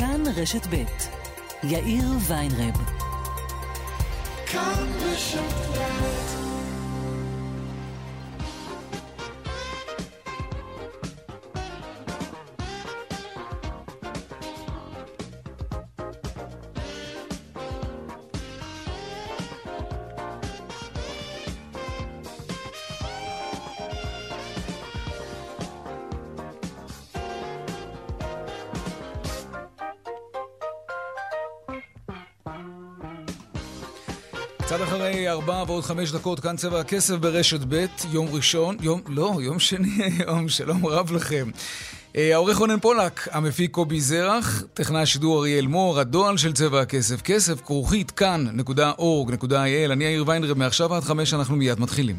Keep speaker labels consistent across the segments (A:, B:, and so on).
A: כאן רשת ב' יאיר ויינרב. כאן רשת ב'.
B: קצת אחרי 4:05 כאן צבע הכסף ברשת ב', יום ראשון, יום שני היום, שלום רב לכם. העורך רונן פולק, המפיק קובי זרח, טכנאי השידור אריאל מור, הדואל של צבע הכסף, כסף כרוכית כאן.org.il. אני יאיר ויינרב, מעכשיו עד 5 אנחנו מיד מתחילים.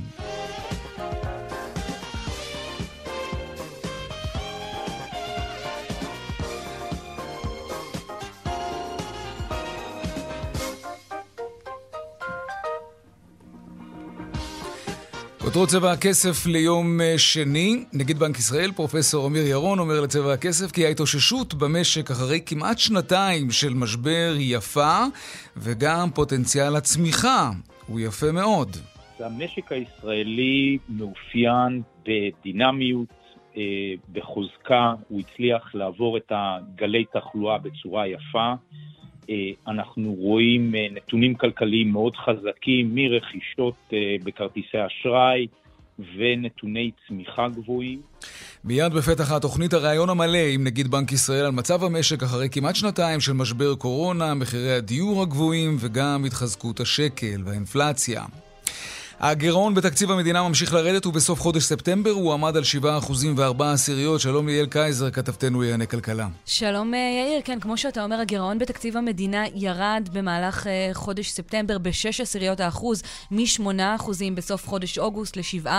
B: כותרות צבע הכסף ליום שני. נגיד בנק ישראל, פרופסור אמיר ירון, אומר לצבע הכסף כי ההתאוששות במשק אחרי כמעט שנתיים של משבר היא יפה, וגם פוטנציאל הצמיחה הוא יפה מאוד.
C: המשק הישראלי מאופיין בדינמיות, בחוזקה, הוא הצליח לעבור את הגלי תחלואה בצורה יפה. אנחנו רואים נתונים כלכליים מאוד חזקים, מרכישות בכרטיסי אשראי ונתוני צמיחה גבוהים.
B: מיד בפתח התוכנית הרעיון המלא עם נגיד בנק ישראל על מצב המשק אחרי כמעט שנתיים של משבר קורונה, מחירי הדיור הגבוהים וגם התחזקות השקל והאינפלציה. הגירעון בתקציב המדינה ממשיך לרדת, ובסוף חודש ספטמבר הוא עמד על 7.4%. שלום ליאל קייזר, כתבתנו לענייני כלכלה.
D: שלום יאיר, כן, כמו שאתה אומר, הגירעון בתקציב המדינה ירד במהלך חודש ספטמבר ב6%, מ8% בסוף חודש אוגוסט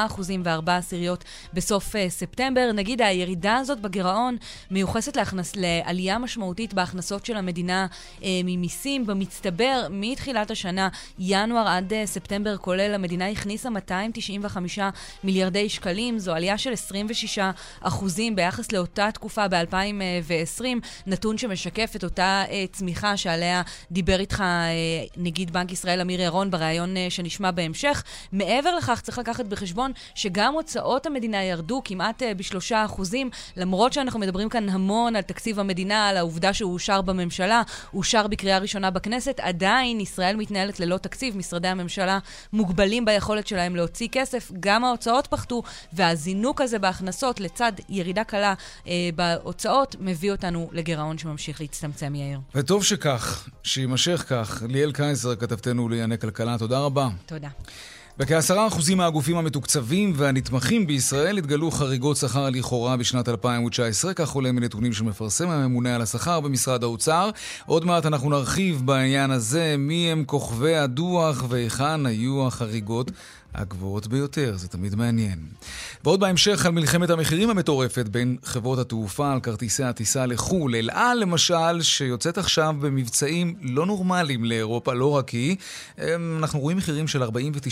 D: ל7.4% בסוף ספטמבר. נגיד הירידה הזאת בגירעון מיוחסת לעלייה משמעותית בהכנסות של המדינה ממיסים. במצטבר מתחילת השנה, ינואר עד ספטמבר, כולל המדינה הכניסה 295 מיליארדי שקלים, זו עלייה של 26% ביחס לאותה תקופה ב-2020, נתון שמשקף את אותה צמיחה שעליה דיבר איתך נגיד בנק ישראל אמיר ירון ברעיון שנשמע בהמשך. מעבר לכך צריך לקחת בחשבון שגם הוצאות המדינה ירדו כמעט ב3%, למרות שאנחנו מדברים כאן המון על תקציב המדינה, על העובדה שהוא אושר בממשלה, אושר בקריאה ראשונה בכנסת, עדיין ישראל מתנהלת ללא תקציב, משרדי הממשלה מוגבלים ביכולת שלהם להוציא כסף, גם ההוצאות פחתו, והזינוק הזה בהכנסות לצד ירידה קלה בהוצאות מביא אותנו לגירעון שממשיך להצטמצם, יאיר.
B: וטוב שכך, שימשך כך. ליאל קייזר, כתבתנו לענייני כלכלה, תודה רבה.
D: תודה.
B: בכ10% מהגופים המתוקצבים והנתמכים בישראל התגלו חריגות שכר לכאורה בשנת 2019, כך עולה מנתונים שמפרסם הממונה על השכר במשרד האוצר. עוד מעט אנחנו נרחיב בעניין הזה, מי הם כוכבי הדוח והיכן היו החריגות הגבוהות ביותר, זה תמיד מעניין. ועוד בהמשך על מלחמת המחירים המטורפת בין חברות התעופה על כרטיסי הטיסה לחו"ל. אל על למשל, שיוצאת עכשיו במבצעים לא נורמליים לאירופה, לא רק היא. אנחנו רואים מחירים של $49.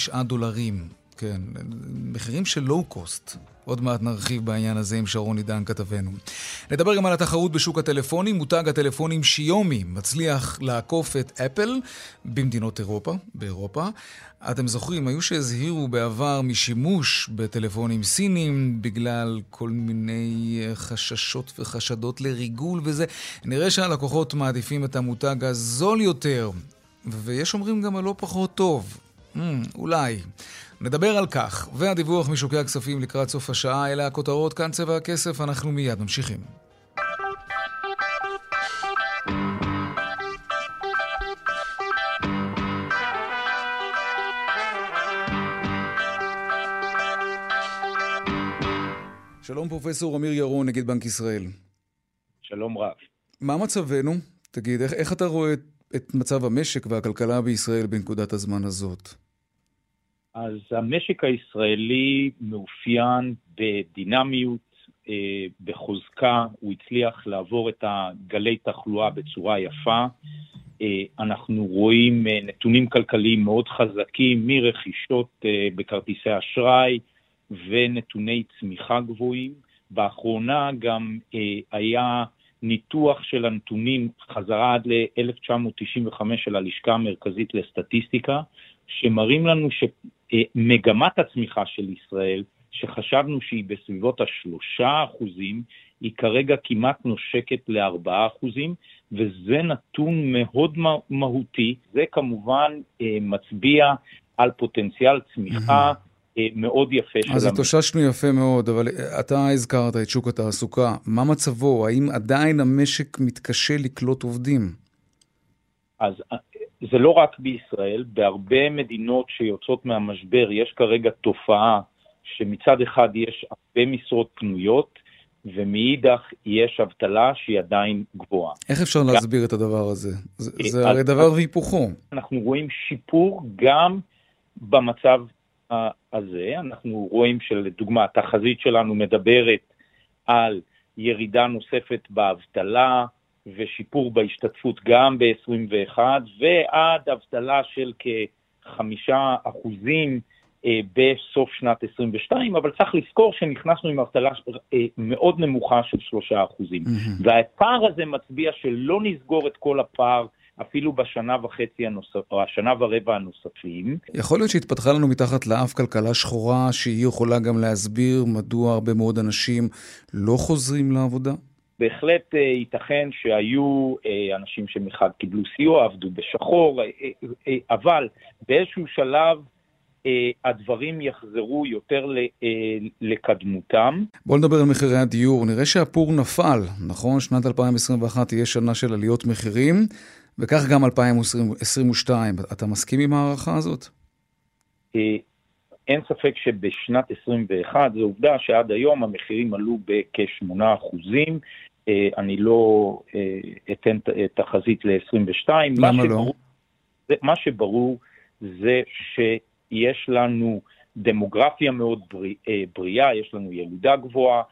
B: כן, מחירים של לואו קוסט. עוד מעט נרחיב בעניין הזה עם שרון עידן כתבנו. נדבר גם על התחרות בשוק הטלפונים. מותג הטלפונים שיומי מצליח לעקוף את אפל במדינות באירופה. אתם זוכרים, היו שהזהירו בעבר משימוש בטלפונים סינים בגלל כל מיני חששות וחשדות לריגול וזה. נראה שהלקוחות מעדיפים את המותג הזול יותר, ויש אומרים גם הלא פחות טוב. אולי. נדבר על כך, והדיווח משוקי הכספים לקראת סוף השעה. אלה הכותרות, כאן צבע הכסף, אנחנו מיד ממשיכים. שלום פרופסור אמיר ירון, נגיד בנק ישראל.
C: שלום רב.
B: מה מצבנו? תגיד, איך אתה רואה את מצב המשק והכלכלה בישראל בנקודת הזמן הזאת?
C: אז המשק הישראלי מאופיין בדינמיות, בחוזקה, הוא הצליח לעבור את הגלי תחלואה בצורה יפה. אנחנו רואים נתונים כלכליים מאוד חזקים, מרכישות בכרטיסי אשראי ונתוני צמיחה גבוהים. באחרונה גם היה ניתוח של הנתונים חזרה עד ל-1995 של הלשכה המרכזית לסטטיסטיקה, שמראים לנו שמגמת הצמיחה של ישראל, שחשבנו שהיא בסביבות 3%, היא כרגע כמעט נושקת ל4%, וזה נתון מאוד מהותי. זה כמובן מצביע על פוטנציאל צמיחה מאוד יפה של
B: אז התאוששנו יפה מאוד, אבל אתה הזכרת את שוק התעסוקה. מה מצבו? האם עדיין המשק מתקשה לקלוט עובדים?
C: אז זה לא רק בישראל, בהרבה מדינות שיוצאות מהמשבר יש כרגע תופעה שמצד אחד יש הרבה משרות פנויות, ומאידך יש אבטלה שהיא עדיין גבוהה. איך
B: אפשר להסביר את הדבר הזה? זה הרי דבר והיפוכו.
C: אנחנו רואים שיפור גם במצב הזה. אנחנו רואים שלדוגמה, התחזית שלנו מדברת על ירידה נוספת באבטלה, ושיפור בהשתתפות גם ב-21, ועד אבטלה של כ5% בסוף שנת 22, אבל צריך לזכור שנכנסנו עם אבטלה מאוד נמוכה של 3%. והפער הזה מצביע שלא נסגור את כל הפער, אפילו בשנה וחצי או השנה ורבע הנוספים.
B: יכול להיות שהתפתחה לנו מתחת לאף כלכלה שחורה, שהיא יכולה גם להסביר מדוע הרבה מאוד אנשים לא חוזרים לעבודה?
C: בהחלט ייתכן שהיו אנשים שמחד קיבלו סיוע, עבדו בשחור, אבל באיזשהו שלב הדברים יחזרו יותר לקדמותם.
B: בואו נדבר על מחירי הדיור. נראה שהפור נפל, נכון? שנת 2021 תהיה שנה של עליות מחירים, וכך גם 2022. אתה מסכים עם הערכה הזאת?
C: אין ספק שבשנת 21, זו עובדה שעד היום המחירים עלו בכ8%. אני לא אתן תחזית ל-22.
B: למה לא?
C: מה שברור זה שיש לנו דמוגרפיה מאוד בריאה, יש לנו ילודה גבוהה,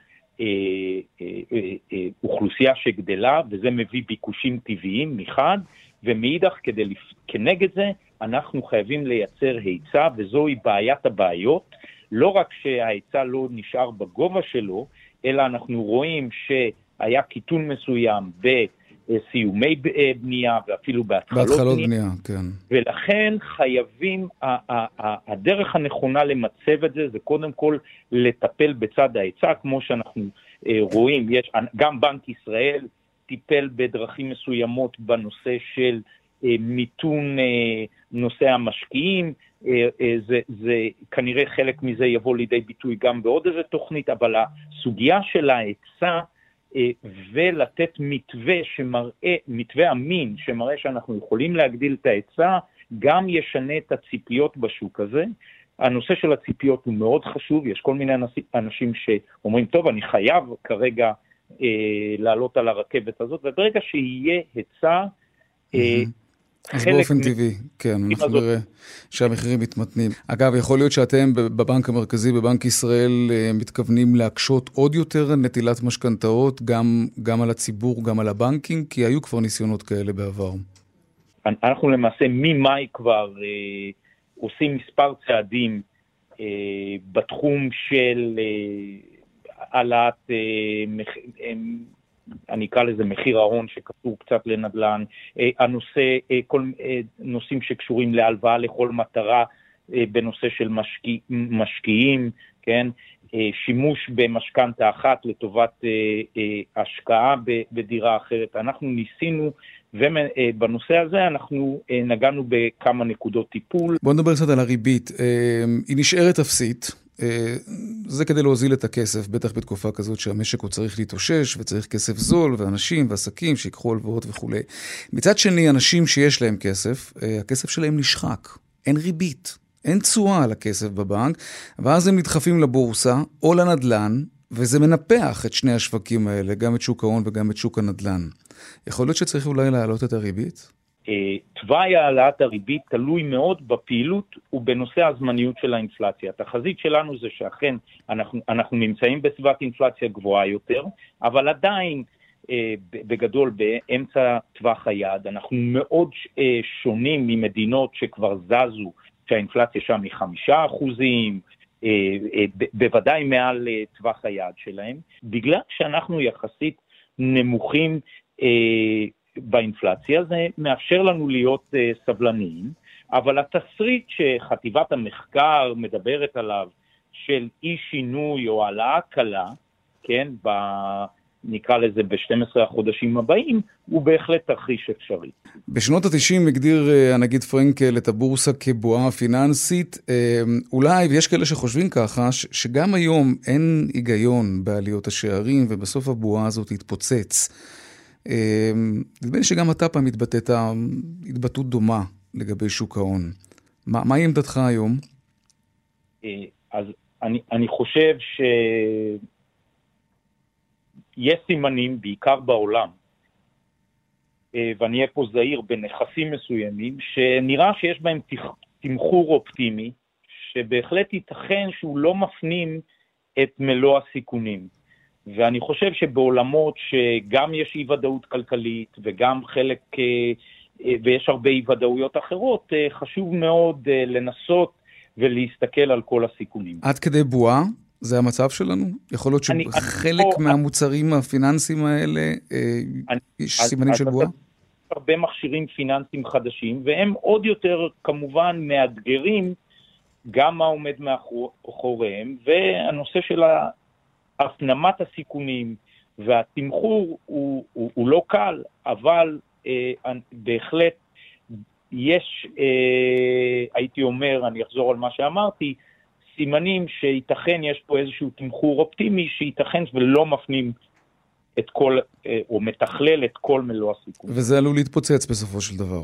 C: אוכלוסייה שגדלה, וזה מביא ביקושים טבעיים מחד, ומאידך כנגד זה אנחנו חייבים לייצר היצע, וזוהי בעיית הבעיות. לא רק שההיצע לא נשאר בגובה שלו, אלא אנחנו רואים שהיה קיטון מסוים בסיומי בנייה ואפילו בהתחלות
B: בנייה, כן.
C: ולכן חייבים, הדרך הנכונה למצב את זה, זה קודם כל לטפל בצד ההיצע, כמו שאנחנו רואים, יש, גם בנק ישראל טיפל בדרכים מסוימות בנושא של מיתון נושא המשקיעים, זה כנראה חלק מזה יבוא לידי ביטוי גם בעוד איזה תוכנית, אבל הסוגיה של ההיצע ולתת מתווה אמין שמראה שאנחנו יכולים להגדיל את ההיצע, גם ישנה את הציפיות בשוק הזה. הנושא של הציפיות הוא מאוד חשוב, יש כל מיני אנשים שאומרים, טוב, אני חייב כרגע לעלות על הרכבת הזאת, וברגע שיהיה היצע,
B: אז באופן טבעי, כן, אנחנו נראה שהמחירים מתמתנים. אגב, יכול להיות שאתם בבנק המרכזי, בבנק ישראל, מתכוונים להקשות עוד יותר נטילת משכנתאות, גם על הציבור, גם על הבנקים, כי היו כבר ניסיונות כאלה בעבר.
C: אנחנו למעשה ממאי כבר עושים מספר צעדים בתחום של העלאת אני אקרא לזה מחיר ההון שקשור קצת לנדל"ן, כל נושאים שקשורים להלוואה לכל מטרה בנושא של משקיעים, כן? שימוש במשכנתא אחת לטובת השקעה בדירה אחרת. אנחנו ניסינו, ובנושא הזה אנחנו נגענו בכמה נקודות טיפול.
B: בוא נדבר קצת על הריבית. היא נשארת אפסית. זה כדי להוזיל את הכסף, בטח בתקופה כזאת שהמשק הוא צריך להתאושש, וצריך כסף זול, ואנשים ועסקים שיקחו הלוואות וכו'. מצד שני, אנשים שיש להם כסף, הכסף שלהם נשחק. אין ריבית, אין תשואה על הכסף בבנק, ואז הם נדחפים לבורסה או לנדלן, וזה מנפח את שני השווקים האלה, גם את שוק ההון וגם את שוק הנדלן. יכול להיות שצריך אולי להעלות את הריבית?
C: תוואי העלאת הריבית תלוי מאוד בפעילות ובנושא הזמניות של האינפלציה. התחזית שלנו זה שאכן אנחנו נמצאים בסביבת אינפלציה גבוהה יותר, אבל עדיין בגדול באמצע טווח היעד. אנחנו מאוד שונים ממדינות שכבר זזו, שהאינפלציה שם היא 5%, בוודאי מעל טווח היעד שלהם, בגלל שאנחנו יחסית נמוכים באינפלציה, זה מאפשר לנו להיות סבלניים, אבל התסריט שחטיבת המחקר מדברת עליו, של אי שינוי או העלאה קלה, כן, נקרא לזה ב-12 החודשים הבאים, הוא בהחלט תרחיש אפשרי.
B: בשנות ה-90 הגדיר הנגיד פרנקל את הבורסה כבועה פיננסית, אולי, ויש כאלה שחושבים ככה, שגם היום אין היגיון בעליות השערים, ובסוף הבועה הזאת התפוצץ. נדמה לי שגם אתה פעם התבטאת התבטאות דומה לגבי שוק ההון. מהי עמדתך היום?
C: אז אני חושב יש סימנים, בעיקר בעולם, ואני אהיה פה זהיר בנכסים מסוימים, שנראה שיש בהם תמחור אופטימי, שבהחלט ייתכן שהוא לא מפנים את מלוא הסיכונים. ואני חושב שבעולמות שגם יש אי ודאות כלכלית, וגם חלק, ויש הרבה אי ודאויות אחרות, חשוב מאוד לנסות ולהסתכל על כל הסיכונים.
B: עד כדי בועה? זה המצב שלנו? יכול להיות שחלק מהמוצרים הפיננסיים האלה יש סימנים של בועה?
C: הרבה מכשירים פיננסיים חדשים, והם עוד יותר כמובן מאתגרים גם מה עומד מאחוריהם, והנושא של הפנמת הסיכונים והתמחור הוא לא קל, אבל בהחלט יש, הייתי אומר, אני אחזור על מה שאמרתי, סימנים שייתכן יש פה איזשהו תמחור אופטימי, שייתכן ולא מפנים את כל, או מתכלל את כל מלוא הסיכון.
B: וזה עלול להתפוצץ בסופו של דבר.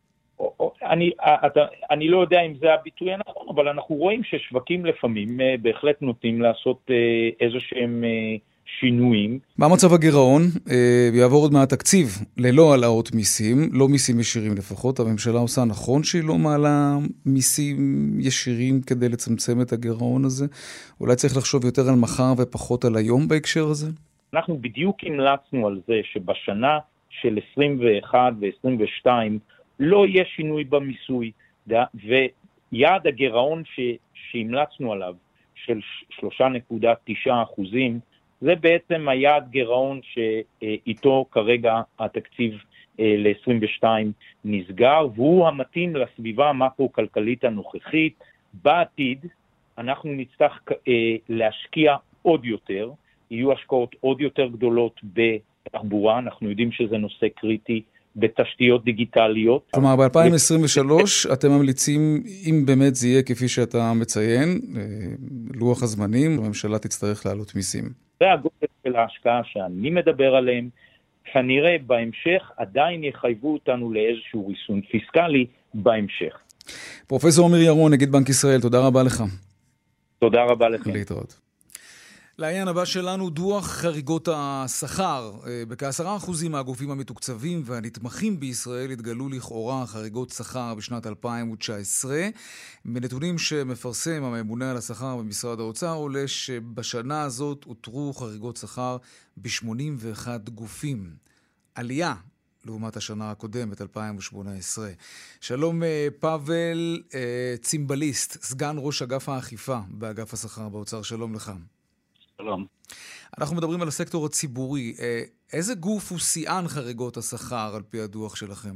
C: אני לא יודע אם זה הביטוי הנכון, אבל אנחנו רואים ששווקים לפעמים בהחלט נוטים לעשות איזשהם שינויים.
B: מה מצב הגירעון? יעבור עוד מהתקציב ללא העלאות מיסים, לא מיסים ישירים לפחות. הממשלה עושה נכון שהיא לא מעלה מיסים ישירים כדי לצמצם את הגירעון הזה? אולי צריך לחשוב יותר על מחר ופחות על היום בהקשר הזה?
C: אנחנו בדיוק המלצנו על זה שבשנה של 21 ו-22 לא יהיה שינוי במיסוי, ויעד הגירעון שהמלצנו עליו של 3.9%, זה בעצם היעד גירעון שאיתו כרגע התקציב ל-22 נסגר, והוא המתאים לסביבה המקרו-כלכלית הנוכחית. בעתיד אנחנו נצטרך להשקיע עוד יותר, יהיו השקעות עוד יותר גדולות בתחבורה, אנחנו יודעים שזה נושא קריטי, בתשתיות דיגיטליות.
B: כלומר, ב-2023 אתם ממליצים, אם באמת זה יהיה כפי שאתה מציין, לוח הזמנים, הממשלה תצטרך להעלות מיסים.
C: זה הגודל של ההשקעה שאני מדבר עליהם, כנראה בהמשך עדיין יחייבו אותנו לאיזשהו ריסון פיסקלי בהמשך.
B: פרופסור אמיר ירון, נגיד בנק ישראל, תודה רבה לך.
C: תודה רבה לכם.
B: להתראות. לעניין הבא שלנו, דוח חריגות השכר. בכ10% מהגופים המתוקצבים והנתמכים בישראל התגלו לכאורה חריגות שכר בשנת 2019. בנתונים שמפרסם הממונה על השכר במשרד האוצר עולה שבשנה הזאת הותרו חריגות שכר ב81 גופים. עלייה לעומת השנה הקודמת, 2018. שלום פאבל צימבליסט, סגן ראש אגף האכיפה באגף השכר באוצר. שלום לך.
E: שלום.
B: אנחנו מדברים על הסקטור הציבורי. איזה גוף הוא שיאן חריגות השכר על פי הדוח שלכם?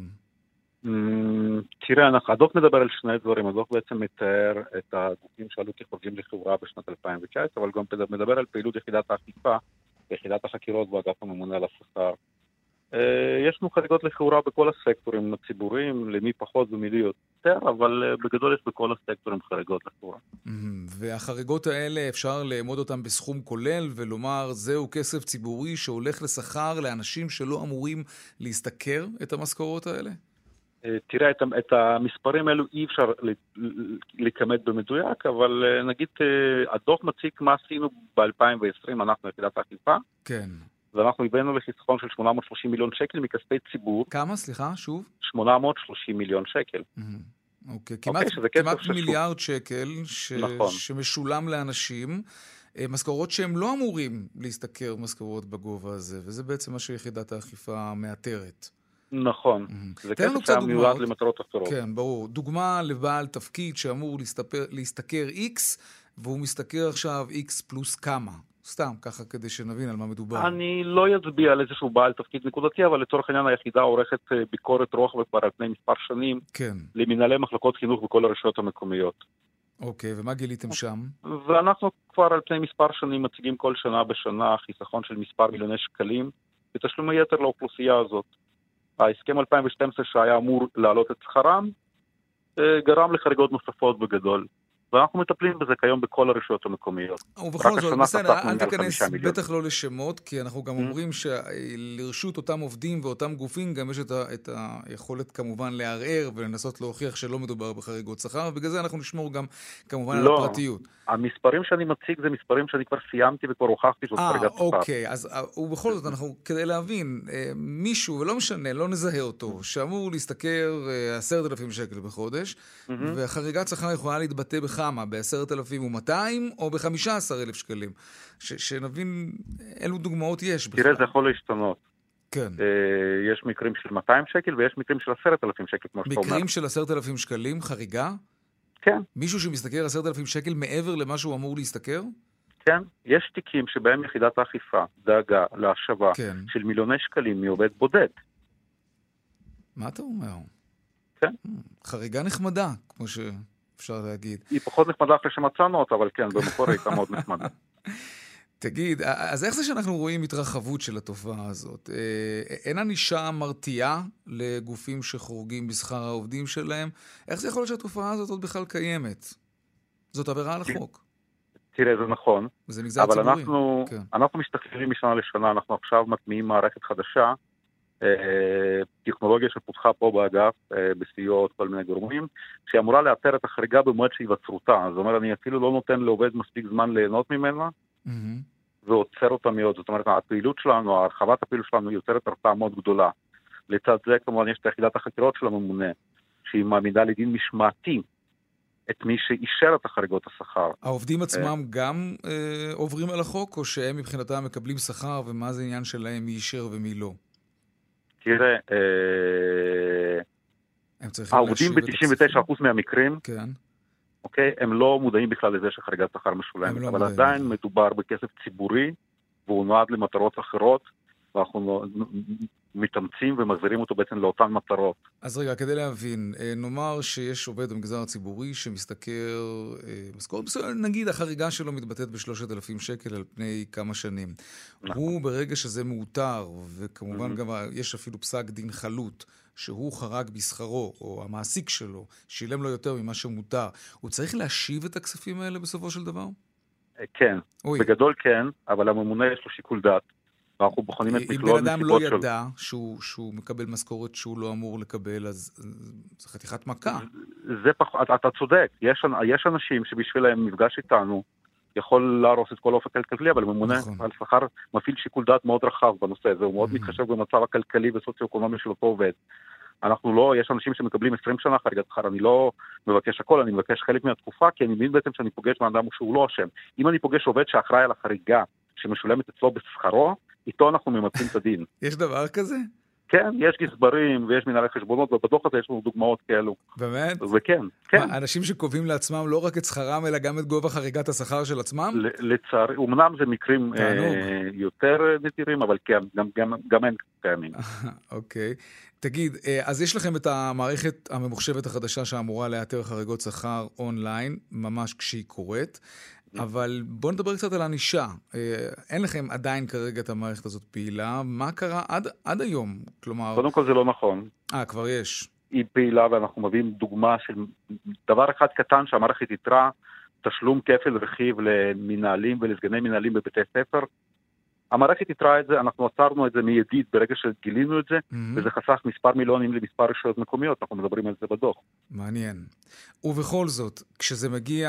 E: תראה, הדוח מדבר על שני דברים. הדוח בעצם מתאר את הגופים שעלו כחורגים לכאורה בשנת 2019, אבל גם מדבר על פעילות יחידת האכיפה, יחידת החקירות באגף הממונה על השכר. יש לנו חריגות לכאורה בכל הסקטורים הציבוריים, למי פחות ומי יותר, אבל בגדול יש בכל הסקטורים חריגות לכאורה.
B: והחריגות האלה אפשר לאמוד אותם בסכום כולל ולומר זהו כסף ציבורי שהולך לשכר לאנשים שלא אמורים להשתכר את המשכורות האלה?
E: תראה, את המספרים האלו אי אפשר לכמת במדויק, אבל נגיד הדוח מציג מה עשינו ב-2020, אנחנו יחידת האכיפה.
B: כן.
E: ואנחנו הבאנו לחיסכון של 830 מיליון שקל מכספי ציבור.
B: כמה? סליחה, שוב?
E: 830 מיליון שקל.
B: אוקיי, כמעט מיליארד שקל שמשולם לאנשים, משכורות שהם לא אמורים להשתכר משכורות בגובה הזה, וזה בעצם מה שיחידת האכיפה מאתרת.
E: נכון, זה כסף שהיה מיועד למטרות אחרות.
B: כן, ברור. דוגמה לבעל תפקיד שאמור להשתכר X, והוא משתכר עכשיו X פלוס כמה. סתם, ככה כדי שנבין על מה מדובר.
E: אני לא אצביע על איזשהו בעל תפקיד נקודתי, אבל לצורך העניין היחידה עורכת ביקורת רוחב כבר על פני מספר שנים,
B: כן.
E: למנהלי מחלקות חינוך בכל הרשויות המקומיות.
B: אוקיי, ומה גיליתם שם?
E: ואנחנו כבר על פני מספר שנים מציגים כל שנה בשנה חיסכון של מספר מיליוני שקלים, בתשלומי יתר לאוכלוסייה הזאת. ההסכם 2012 שהיה אמור להעלות את שכרם, גרם לחריגות נוספות בגדול. ואנחנו מטפלים בזה כיום בכל הרשויות המקומיות.
B: ובכל זאת, בסדר, אל תיכנס בטח לא לשמות, כי אנחנו גם אומרים שלרשות אותם עובדים ואותם גופים גם יש את היכולת כמובן לערער ולנסות להוכיח שלא מדובר בחריגות שכר, ובגלל זה אנחנו נשמור גם כמובן על הפרטיות.
E: המספרים שאני מציג זה מספרים שאני כבר סיימתי וכבר הוכחתי זאת חריגת שכר.
B: אוקיי, אז ובכל זאת אנחנו כדי להבין, מישהו, ולא משנה, לא נזהה אותו, שאמור להשתכר 10,000 שקל בחודש, והחריגת שכר יכולה להתבטא בכמה? ב10,200 או ב15,000 שקלים? שנבין אילו דוגמאות יש בכלל.
E: תראה, זה יכול להשתנות.
B: כן.
E: יש מקרים של 200 שקל ויש מקרים של 10,000 שקל, כמו שאתה אומר.
B: מקרים של 10,000 שקלים, חריגה?
E: כן.
B: מישהו שמשתכר 10,000 שקל מעבר למה שהוא אמור להשתכר?
E: כן. יש תיקים שבהם יחידת האכיפה דאגה להשבה של מיליוני שקלים מעובד בודד.
B: מה אתה אומר?
E: כן.
B: חריגה נחמדה, כמו שאפשר להגיד.
E: היא פחות נחמדה אחרי שמצאנו אותה, אבל כן, במקור הייתה מאוד נחמדה.
B: תגיד, אז איך זה שאנחנו רואים התרחבות של התופעה הזאת? אין ענישה מרתיעה לגופים שחורגים בשכר העובדים שלהם? איך זה יכול להיות שהתופעה הזאת עוד בכלל קיימת? זאת עבירה על החוק.
E: תראה, זה נכון.
B: זה מגזר ציבורי.
E: אבל אנחנו משתכללים משנה לשנה, אנחנו עכשיו מטמיעים מערכת חדשה, טכנולוגיה שפותחה פה באגף, בסיוע כל מיני גורמים, שאמורה לאתר את החריגה במועד שהיווצרותה. זאת אומרת, אני אפילו לא נותן לעובד מספיק זמן ליהנות ממנה, ועוצר אותה מאוד. זאת אומרת, הפעילות שלנו, הרחבת הפעילות שלנו יוצרת הרתעה מאוד גדולה. לצד זה, כמובן, יש את יחידת החקירות של הממונה, שהיא מעמידה לדין משמעתי את מי שאישר את החריגות השכר.
B: העובדים עצמם גם עוברים על החוק, או שהם מבחינתם מקבלים שכר, ומה זה עניין שלהם, מי אישר ומי לא?
E: תראה, העובדים ב-99% מהמקרים, אוקיי, הם לא מודעים בכלל לזה שחריגת שכר משולמת, אבל עדיין מדובר בכסף ציבורי, והוא נועד למטרות אחרות, ואנחנו מתאמצים ומחזירים אותו בעצם לאותן מטרות.
B: אז רגע, כדי להבין, נאמר שיש עובד במגזר הציבורי שמשתכר משכורת, נגיד החריגה שלו מתבטאת ב3,000 שקל על פני כמה שנים. הוא ברגע שזה מאותר, וכמובן גם יש אפילו פסק דין חלוט, שהוא חרג בשכרו, או המעסיק שלו, שילם לו יותר ממה שמותר, הוא צריך להשיב את הכספים האלה בסופו של דבר?
E: כן, בגדול כן, אבל הממונה יש לו שיקול דעת. ואנחנו בוחנים את מכלול
B: אם בן אדם לא ידע שהוא מקבל משכורת שהוא לא אמור לקבל, אז זה חתיכת מכה.
E: אתה צודק, יש אנשים שבשבילם מפגש איתנו יכול להרוס את כל אופק כלכלי, אבל הממונה על שכר מפעיל שיקול דעת מאוד רחב בנושא הזה, הוא מאוד מתחשב במצב הכלכלי וסוציו-אקונומי של אותו עובד. אנחנו לא, יש אנשים שמקבלים 20 שנה חריגת שכר, אני לא מבקש הכל, אני מבקש חלק מהתקופה, כי אני מבין בעצם שאני פוגש באדם שהוא לא אשם. אם אני פוגש עובד שאחראי על החריגה שמשולמת אצלו בשכרו, איתו אנחנו ממצים את הדין.
B: יש דבר כזה?
E: כן, יש גזברים ויש מנהלי חשבונות, ובדוח הזה יש לנו דוגמאות כאלו.
B: באמת?
E: וכן, כן.
B: אנשים שקובעים לעצמם לא רק את שכרם, אלא גם את גובה חריגת השכר של עצמם?
E: לצערי, אמנם זה מקרים יותר נדירים, אבל גם הם קיימים.
B: אוקיי. תגיד, אז יש לכם את המערכת הממוחשבת החדשה שאמורה לאתר חריגות שכר אונליין, ממש כשהיא קורית. אבל בואו נדבר קצת על הענישה. אין לכם עדיין כרגע את המערכת הזאת פעילה. מה קרה עד היום? כלומר...
E: קודם כל זה לא נכון.
B: כבר יש.
E: היא פעילה ואנחנו מביאים דוגמה של דבר אחד קטן שהמערכת יתרה, תשלום כפל רכיב למנהלים ולסגני מנהלים בבתי ספר. המערכת יתרה את זה, אנחנו עצרנו את זה מיידית ברגע שגילינו את זה, וזה חסך מספר מיליונים למספר רשויות מקומיות, אנחנו מדברים על זה בדוח.
B: מעניין. ובכל זאת, כשזה מגיע,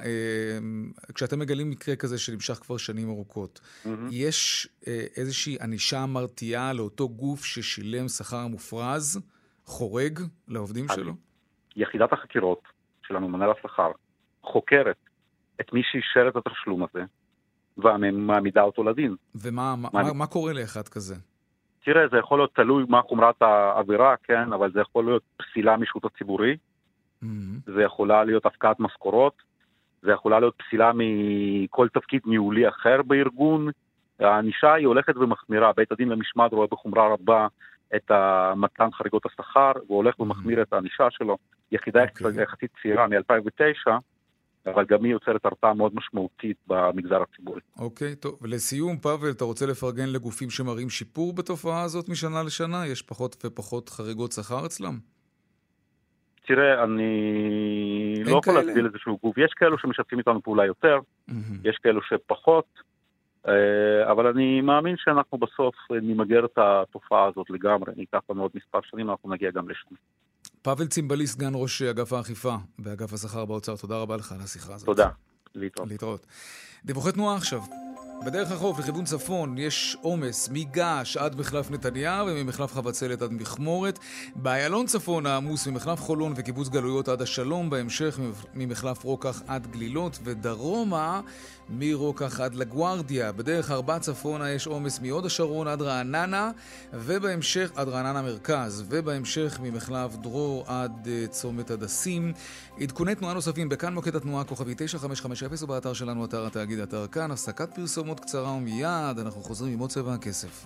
B: כשאתם מגלים מקרה כזה שנמשך כבר שנים ארוכות, יש איזושהי ענישה מרתיעה לאותו גוף ששילם שכר מופרז, חורג לעובדים שלו?
E: יחידת החקירות של הממונה על השכר חוקרת את מי שאישר את התשלום הזה, ומעמידה אותו לדין.
B: ומה קורה לאחד כזה?
E: תראה, זה יכול להיות תלוי מה חומרת העבירה, כן, אבל זה יכול להיות פסילה משירות הציבורי, זה יכולה להיות הפקעת משכורות, זה יכולה להיות פסילה מכל תפקיד ניהולי אחר בארגון. הענישה היא הולכת ומחמירה, בית הדין למשמעת רואה בחומרה רבה את מתן חריגות השכר, והוא הולך ומחמיר את הענישה שלו. יחידה יחסית צעירה מ-2009, אבל גם היא יוצרת הרתעה מאוד משמעותית במגזר הציבורי.
B: אוקיי, טוב. ולסיום, פאבל, אתה רוצה לפרגן לגופים שמראים שיפור בתופעה הזאת משנה לשנה? יש פחות ופחות חריגות שכר אצלם?
E: תראה, אני לא יכול להסביל איזשהו גוף. יש כאלו שמשתפים איתנו פעולה יותר, יש כאלו שפחות, אבל אני מאמין שאנחנו בסוף נמגר את התופעה הזאת לגמרי. ניקח לנו עוד מספר שנים, אנחנו נגיע גם לשם.
B: פאבל צימבלי, סגן ראש אגף האכיפה באגף השכר באוצר, תודה רבה לך על השיחה הזאת.
E: תודה, להתראות.
B: דיווחי תנועה עכשיו. בדרך החוף לכיוון צפון יש עומס מגעש עד מחלף נתניה וממחלף חבצלת עד מכמורת. באיילון צפון העמוס ממחלף חולון וקיבוץ גלויות עד השלום, בהמשך ממחלף רוקח עד גלילות, ודרומה מרוקח עד לגוארדיה. בדרך 4 צפונה יש עומס מהוד השרון עד רעננה, ובהמשך עד רעננה מרכז, ובהמשך ממחלף דרור עד צומת הדסים. עדכוני תנועה נוספים בכאן מוקד התנועה כוכבי 9550 ובאתר שלנו אתר התאגיד אתר כאן. הפסקת פרסומות קצרה ומיד אנחנו חוזרים עם עוד צבע הכסף.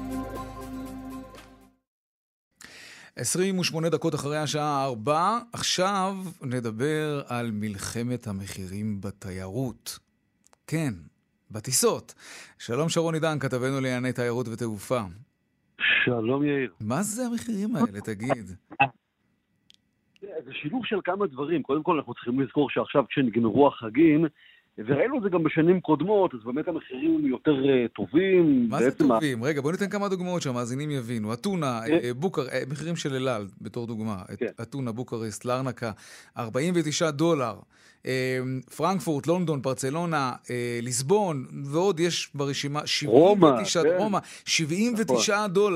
B: 28 דקות אחרי השעה 4, עכשיו נדבר על מלחמת המחירים בתיירות. כן, בטיסות. שלום שרון עידן, כתבנו לענייני תיירות ותעופה.
F: שלום יאיר.
B: מה זה המחירים האלה, תגיד?
F: זה שילוב של כמה דברים. קודם כל אנחנו צריכים לזכור שעכשיו כשנגמרו החגים, וראינו את זה גם בשנים קודמות, אז באמת המחירים יותר טובים.
B: מה זה טובים? רגע, בוא ניתן כמה דוגמאות שהמאזינים יבינו. אתונה, מחירים של אלעל, בתור דוגמה. אתונה, בוקרסט, לרנקה, $49. פרנקפורט, לונדון, ברצלונה, ליסבון, ועוד יש ברשימה רומא, $79.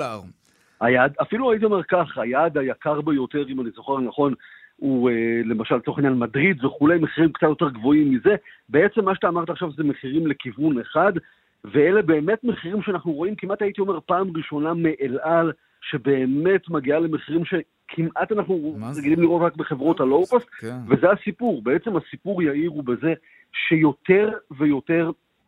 F: אפילו הייתי אומר כך, היעד היקר ביותר, אם אני זוכר נכון, הוא למשל תוך עניין מדריד וכולי, מחירים קצת יותר גבוהים מזה. בעצם מה שאתה אמרת עכשיו זה מחירים לכיוון אחד, ואלה באמת מחירים שאנחנו רואים, כמעט הייתי אומר פעם ראשונה מאלעל, שבאמת מגיעה למחירים שכמעט אנחנו רגילים לראות רק בחברות הלואו-קוסט, וזה הסיפור. בעצם הסיפור יאיר הוא בזה שיותר ויותר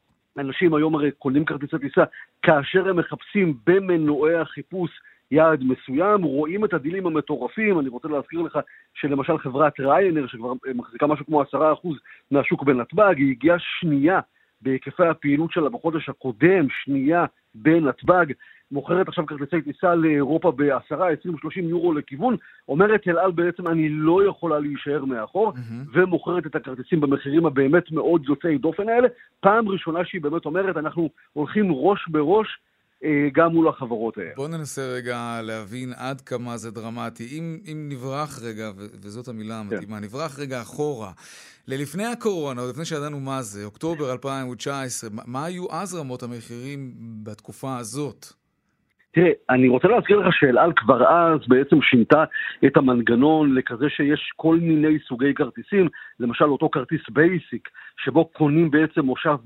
F: אנשים היום הרי קונים כרטיסי טיסה, כאשר הם מחפשים במנועי החיפוש יעד מסוים, רואים את הדילים המטורפים. אני רוצה להזכיר לך שלמשל חברת ריינר, שכבר מחזיקה משהו כמו 10% מהשוק בנתב"ג, היא הגיעה שנייה בהיקפי הפעילות שלה בחודש הקודם, שנייה בנתב"ג, מוכרת עכשיו כרטיסי טיסה לאירופה ב10, 20, 30 יורו לכיוון. אומרת אלעל בעצם אני לא יכולה להישאר מאחור, ומוכרת את הכרטיסים במחירים הבאמת מאוד יוצאי דופן האלה. פעם ראשונה שהיא באמת אומרת אנחנו הולכים ראש בראש גם מול החברות האלה.
B: בוא ננסה רגע להבין עד כמה זה דרמטי. אם נברח רגע, וזאת המילה המתאימה, נברח רגע אחורה, ללפני הקורונה, או לפני שידענו מה זה, אוקטובר 2019, מה היו אז רמות המחירים בתקופה הזאת?
F: תראה, אני רוצה להזכיר לך שאלעל כבר אז בעצם שינתה את המנגנון לכזה שיש כל מיני סוגי כרטיסים, למשל אותו כרטיס בייסיק, שבו קונים בעצם מושב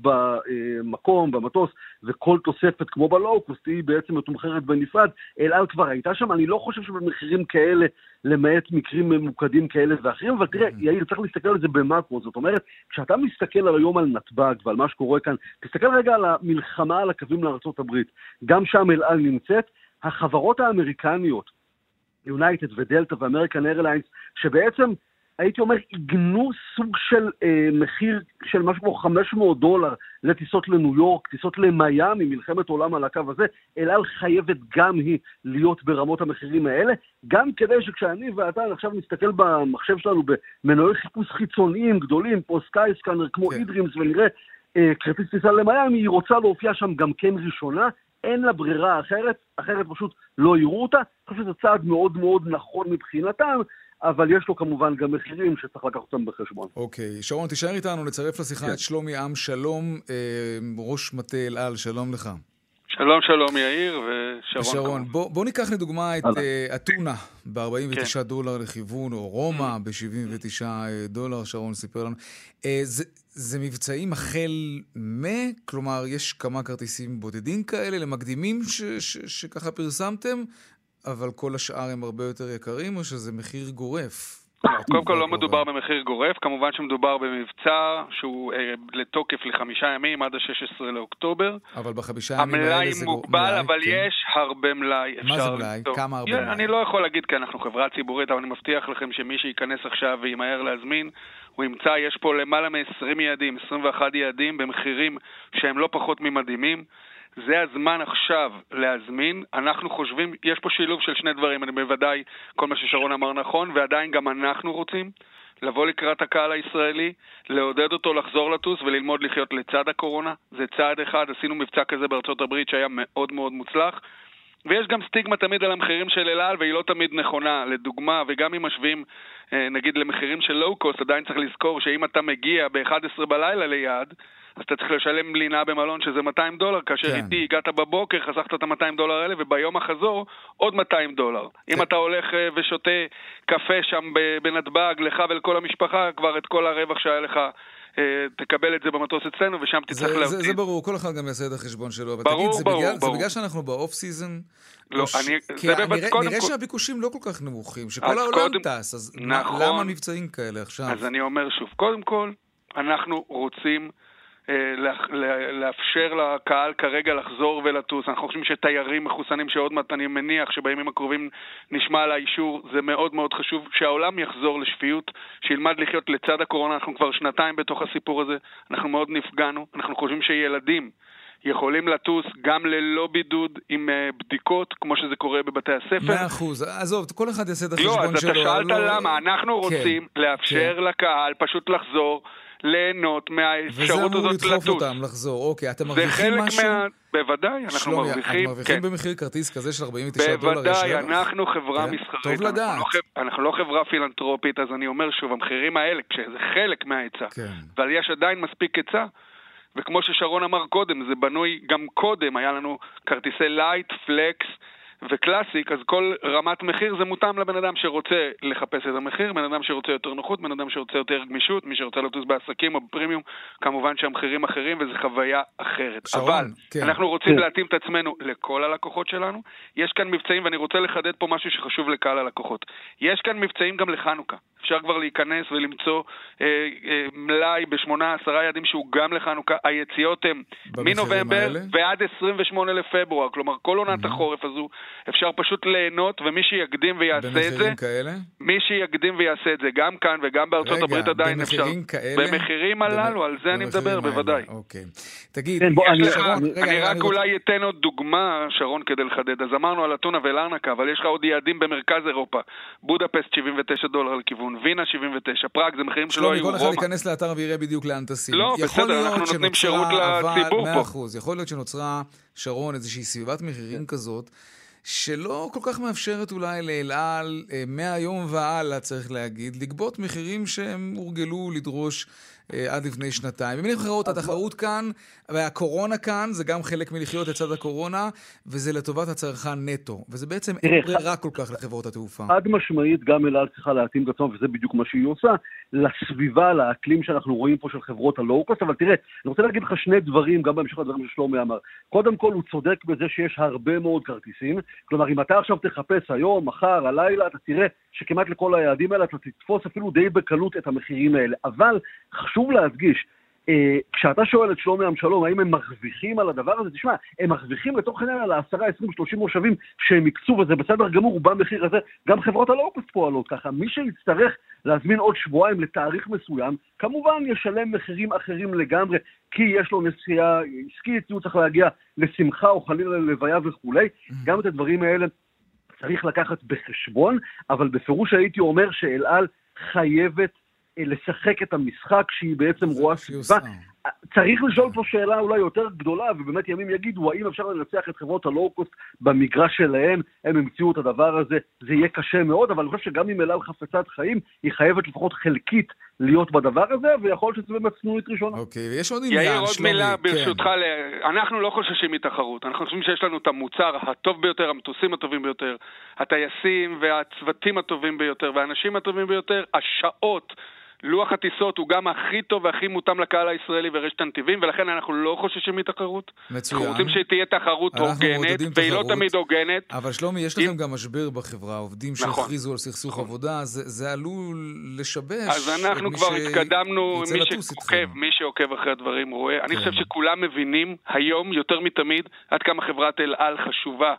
F: במקום, במטוס, וכל תוספת כמו בלואו-קוסט היא בעצם מתומחרת בנפרד. אלעל כבר הייתה שם, אני לא חושב שבמחירים כאלה, למעט מקרים ממוקדים כאלה ואחרים, אבל תראה, יאיר, צריך להסתכל על זה במקרו. זאת אומרת, כשאתה מסתכל על היום על נתב"ג ועל מה שקורה כאן, תסתכל רגע על המלחמה על הקווים לארצות הברית. גם שם אלעל נמצאת. החברות האמריקניות, יונייטד ודלטה ואמריקן איירליינס, שבעצם הייתי אומר, עיגנו סוג של מחיר של משהו כמו $500 לטיסות לניו יורק, טיסות למיימי, מלחמת עולם על הקו הזה. אלעל חייבת גם היא להיות ברמות המחירים האלה, גם כדי שכשאני ואתה עכשיו נסתכל במחשב שלנו במנועי חיפוש חיצוניים גדולים, פה סקאי סקאנר כמו אידרימס, ונראה כרטיס טיסה למיימי, היא רוצה להופיע שם גם כן ראשונה, אין לה ברירה אחרת פשוט לא יראו אותה. אני חושב שזה צעד מאוד מאוד נכון מבחינתם, אבל יש לו כמובן גם מחירים שצריך לקחת אותם בחשבון.
B: אוקיי, שרון, תישאר איתנו, נצרף לשיחה את שלומי עם שלום, ראש מטה אלעל, שלום לך.
G: שלום, שלום יאיר ושרון.
B: שרון, בוא ניקח לדוגמה את אתונה $49 לכיוון, או רומא $79, שרון סיפר לנו. זה מבצעים החל כלומר, יש כמה כרטיסים בודדים כאלה למקדימים שככה פרסמתם, אבל כל השאר הם הרבה יותר יקרים, או שזה מחיר גורף?
G: קודם כל לא מדובר במחיר גורף, כמובן שמדובר במבצע שהוא לתוקף ל5 ימים עד ה-16 לאוקטובר.
B: אבל ב5 ימים האלה
G: המלאי מוגבל, אבל יש הרבה מלאי.
B: מה זה מלאי? כמה הרבה מלאי?
G: אני לא יכול להגיד כי אנחנו חברה ציבורית, אבל אני מבטיח לכם שמי שייכנס עכשיו וימהר להזמין, הוא ימצא, יש פה למעלה מ-20 יעדים, 21 יעדים במחירים שהם לא פחות ממדהימים. זה הזמן עכשיו להזמין. אנחנו חושבים, יש פה שילוב של שני דברים, אני בוודאי כל מה ששרון אמר נכון, ועדיין גם אנחנו רוצים לבוא לקראת הקהל הישראלי, לעודד אותו לחזור לטוס וללמוד לחיות לצד הקורונה. זה צעד אחד, עשינו מבצע כזה בארצות הברית שהיה מאוד מאוד מוצלח, ויש גם סטיגמה תמיד על המחירים של אל על, והיא לא תמיד נכונה. לדוגמה, וגם אם משווים נגיד למחירים של לואו-קוסט, עדיין צריך לזכור שאם אתה מגיע ב-11 בלילה ליעד, אז אתה צריך לשלם לינה במלון שזה $200, כאשר איתי הגעת בבוקר, חסכת את $200 האלה, וביום החזור עוד $200. אם אתה הולך ושותה קפה שם בנתב"ג, לך ולכל המשפחה, כבר את כל הרווח שהיה לך, תקבל את זה במטוס אצלנו, ושם תצטרך להבטיח.
B: זה ברור, כל אחד גם יעשה את החשבון שלו.
G: ברור, ברור.
B: זה בגלל שאנחנו באוף סיזן?
G: לא,
B: נראה שהביקושים לא כל כך נמוכים, שכל העולם טס, אז למה מבצעים כאלה עכשיו?
G: אז אני אומר שוב, קודם כל, אנחנו רוצים לאפשר לקהל כרגע לחזור ולטוס. אנחנו חושבים שתיירים מחוסנים שעוד מעט אני מניח שבימים הקרובים נשמע על האישור, זה מאוד מאוד חשוב שהעולם יחזור לשפיות, שילמד לחיות לצד הקורונה. אנחנו כבר 2 בתוך הסיפור הזה, אנחנו מאוד נפגענו, אנחנו חושבים שילדים יכולים לטוס גם ללא בידוד עם בדיקות, כמו שזה קורה בבתי הספר.
B: 100%. עזוב, כל אחד יעשה את החשבון שלו.
G: לא, אז אתה שאלת למה. אנחנו רוצים לאפשר לקהל פשוט לחזור, ליהנות מהאפשרות הזאת לטוס.
B: וזה אמור לדחוף אותם לחזור. אוקיי, אתם מרוויחים משהו?
G: בוודאי, אנחנו מרוויחים.
B: אתם מרוויחים במחיר כרטיס כזה של $49?
G: בוודאי, אנחנו חברה מסחרית.
B: טוב לדעת.
G: אנחנו לא חברה פילנטרופית, אז אני אומר שוב, המחירים האלה, כשזה חלק מההיצע, אבל יש עדיין מספיק היצע, וכמו ששרון אמר קודם, זה בנוי גם קודם, היה לנו כרטיסי לייט, פלקס וקלאסיק, אז כל רמת מחיר זה מותאם לבן אדם שרוצה לחפש את המחיר, בן אדם שרוצה יותר נוחות, בן אדם שרוצה יותר גמישות, מי שרוצה לטוס בעסקים או בפרימיום, כמובן שהמחירים אחרים וזו חוויה אחרת. אבל אנחנו רוצים להתאים את עצמנו לכל הלקוחות שלנו. יש כאן מבצעים, ואני רוצה לחדד פה משהו שחשוב לקהל הלקוחות. יש כאן מבצעים גם לחנוכה. אפשר כבר להיכנס ולמצוא מלאי ב8-10 יעדים שהוא גם לחנוכה. היציאות הן מנובמבר ועד 28 לפברואר, כלומר כל עונת החורף הזו אפשר פשוט ליהנות, ומי שיקדים ויעשה את זה, מי שיקדים ויעשה את זה, גם כאן וגם בארצות הברית עדיין אפשר. במחירים הללו, על זה אני מדבר, בוודאי.
B: אוקיי. תגיד,
G: אני רק אולי אתן עוד דוגמה, שרון, כדי לחדד. אז אמרנו על אתונה ולארנקה, אבל יש לך עוד יעדים במרכז אירופה. בודפסט $79 לכיוון, וינה 79, פראג, זה מחירים שלא היו.
B: כל אחד ייכנס לאתר ויראה בדיוק לאן טסים.
G: לא, בסדר, אנחנו נותנים שירות לציבור פה.
B: 100%. יכול להיות שנוצרה, שרון, איזושהי סביבת מחירים כזאת, שלא כל כך מאפשרת אולי לאל על, מהיום והלאה צריך להגיד, לגבות מחירים שהם הורגלו לדרוש עד לפני 2. במילים אחרות, התחרות כאן, והקורונה כאן, זה גם חלק מלחיות לצד הקורונה, וזה לטובת הצרכן נטו. וזה בעצם אין ברירה כל כך לחברות התעופה.
F: חד משמעית, גם אל על צריכה להתאים את עצמה, וזה בדיוק מה שהיא עושה, לסביבה, לאקלים שאנחנו רואים פה של חברות הלואו-קוסט. אבל תראה, אני רוצה להגיד לך שני דברים, גם בהמשך הדברים ששלומי אמר. קודם כל, הוא צודק בזה שיש הרבה מאוד כרטיסים. כלומר, אם אתה עכשיו תחפש היום, מחר, הלילה, אתה תראה שכמעט לכל היעדים האלה אתה תתפוס אפילו די בקלות את המחירים האלה. אבל חשוב להדגיש, כשאתה שואל את שלומי שלום, האם הם מרוויחים על הדבר הזה, תשמע, הם מרוויחים לתוך העניין על 10, 20, 30 מושבים שהם יקצו, וזה בסדר גמור, במחיר הזה, גם חברות הלואו-קוסט פועלות ככה. מי שיצטרך להזמין עוד שבועיים לתאריך מסוים, כמובן ישלם מחירים אחרים לגמרי, כי יש לו נסיעה עסקית, הוא צריך להגיע לשמחה או חלילה ללוויה וכולי. גם את הדברים האלה צריך לקחת בחשבון, אבל בפירוש הייתי אומר שאל על חייבת לשחק את המשחק שהיא בעצם רואה סביבה. צריך לשאול פה שאלה אולי יותר גדולה, ובאמת ימים יגידו, האם אפשר לנצח את חברות הלואו-קוסט במגרש שלהם, הם המציאו את הדבר הזה, זה יהיה קשה מאוד, אבל אני חושב שגם אם אל על חפצת חיים, היא חייבת לפחות חלקית להיות בדבר הזה, ויכול להיות שזה באמת סנונית ראשונה.
B: אוקיי, ויש עוד עניין,
G: יאיר, עוד מילה ברשותך, אנחנו לא חוששים מתחרות, אנחנו חושבים שיש לנו את המוצר הטוב ביותר, המטוסים הטובים ביותר, הטייסים והצוותים הטובים ביותר, והאנשים הטובים ביותר, השעות לוח הטיסות הוא גם הכי טוב והכי מותאם לקהל הישראלי ורשת הנתיבים, ולכן אנחנו לא חוששים מתחרות.
B: מצוין.
G: אנחנו רוצים שתהיה תחרות הוגנת, והיא לא תמיד הוגנת.
B: אבל שלומי, יש לכם גם משבר בחברה, עובדים שהכריזו על סכסוך עבודה, זה עלול לשבש.
G: אז אנחנו כבר התקדמנו, מי שעוקב אחרי הדברים רואה. אני חושב שכולם מבינים היום יותר מתמיד עד כמה חברת אל על חשובה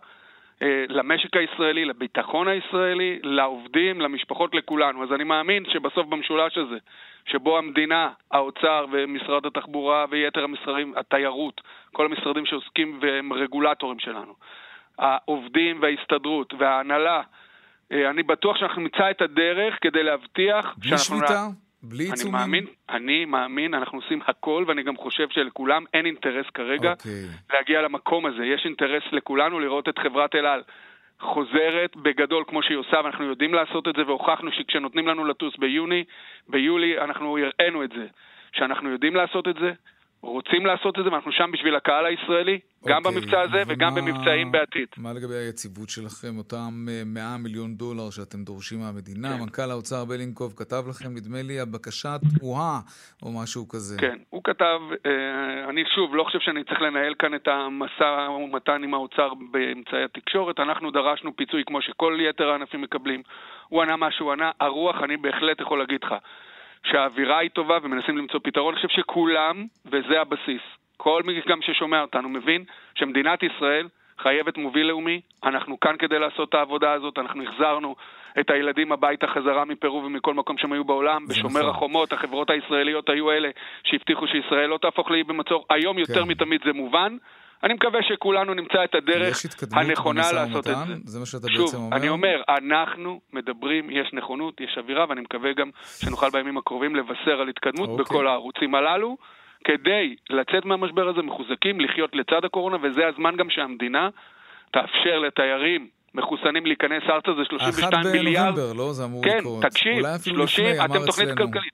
G: למשק הישראלי, לביטחון הישראלי, לעובדים, למשפחות, לכולנו. אז אני מאמין שבסוף במשולש הזה, שבו המדינה, האוצר ומשרד התחבורה ויתר המשרדים, התיירות, כל המשרדים שעוסקים והם רגולטורים שלנו, העובדים וההסתדרות וההנהלה, אני בטוח שאנחנו נמצא את הדרך כדי להבטיח
B: בלי שביתה? בלי עיצומים?
G: אני מאמין, אנחנו עושים הכל, ואני גם חושב שלכולם אין אינטרס כרגע להגיע למקום הזה. יש אינטרס לכולנו לראות את חברת אל על חוזרת בגדול כמו שהיא עושה, ואנחנו יודעים לעשות את זה, והוכחנו שכשנותנים לנו לטוס ביולי אנחנו הראינו את זה, שאנחנו יודעים לעשות את זה, רוצים לעשות את זה, ואנחנו שם בשביל הקהל הישראלי, גם במבצע הזה וגם במבצעים בעתיד.
B: מה לגבי היציבות שלכם, אותם $100 מיליון שאתם דורשים מהמדינה? מנכ"ל האוצר בלינקוב כתב לכם, נדמה לי, הבקשה תמוהה או משהו כזה.
G: כן, הוא כתב, אני שוב לא חושב שאני צריך לנהל כאן את המשא ומתן עם האוצר באמצעי התקשורת, אנחנו דרשנו פיצוי כמו שכל יתר הענפים מקבלים. הוא ענה מה שהוא ענה, הרוח, אני בהחלט יכול להגיד לך שהאווירה היא טובה ומנסים למצוא פתרון. אני חושב שכולם, וזה הבסיס, כל מי גם ששומע אותנו מבין שמדינת ישראל חייבת מוביל לאומי, אנחנו כאן כדי לעשות את העבודה הזאת, אנחנו החזרנו את הילדים הביתה חזרה מפרו ומכל מקום שהם היו בעולם, בשומר החומות, החברות הישראליות היו אלה שהבטיחו שישראל לא תהפוך לאי במצור, היום יותר מתמיד זה מובן, אני מקווה שכולנו נמצא את הדרך הנכונה לעשות את זה.
B: זה מה שאתה בעצם אומר?
G: אני אומר, אנחנו מדברים, יש נכונות, יש אווירה, ואני מקווה גם שנוכל בימים הקרובים לבשר על התקדמות בכל הערוצים הללו, כדי לצאת מהמשבר הזה מחוזקים, לחיות לצד הקורונה, וזה הזמן גם שהמדינה תאפשר לתיירים מחוסנים להיכנס ארצה, זה 32 מיליארד.
B: 1 בנובמבר, לא? זה אמור
G: לקרות. כן, תקשיב, 30, אתם תוכנית כלכלית.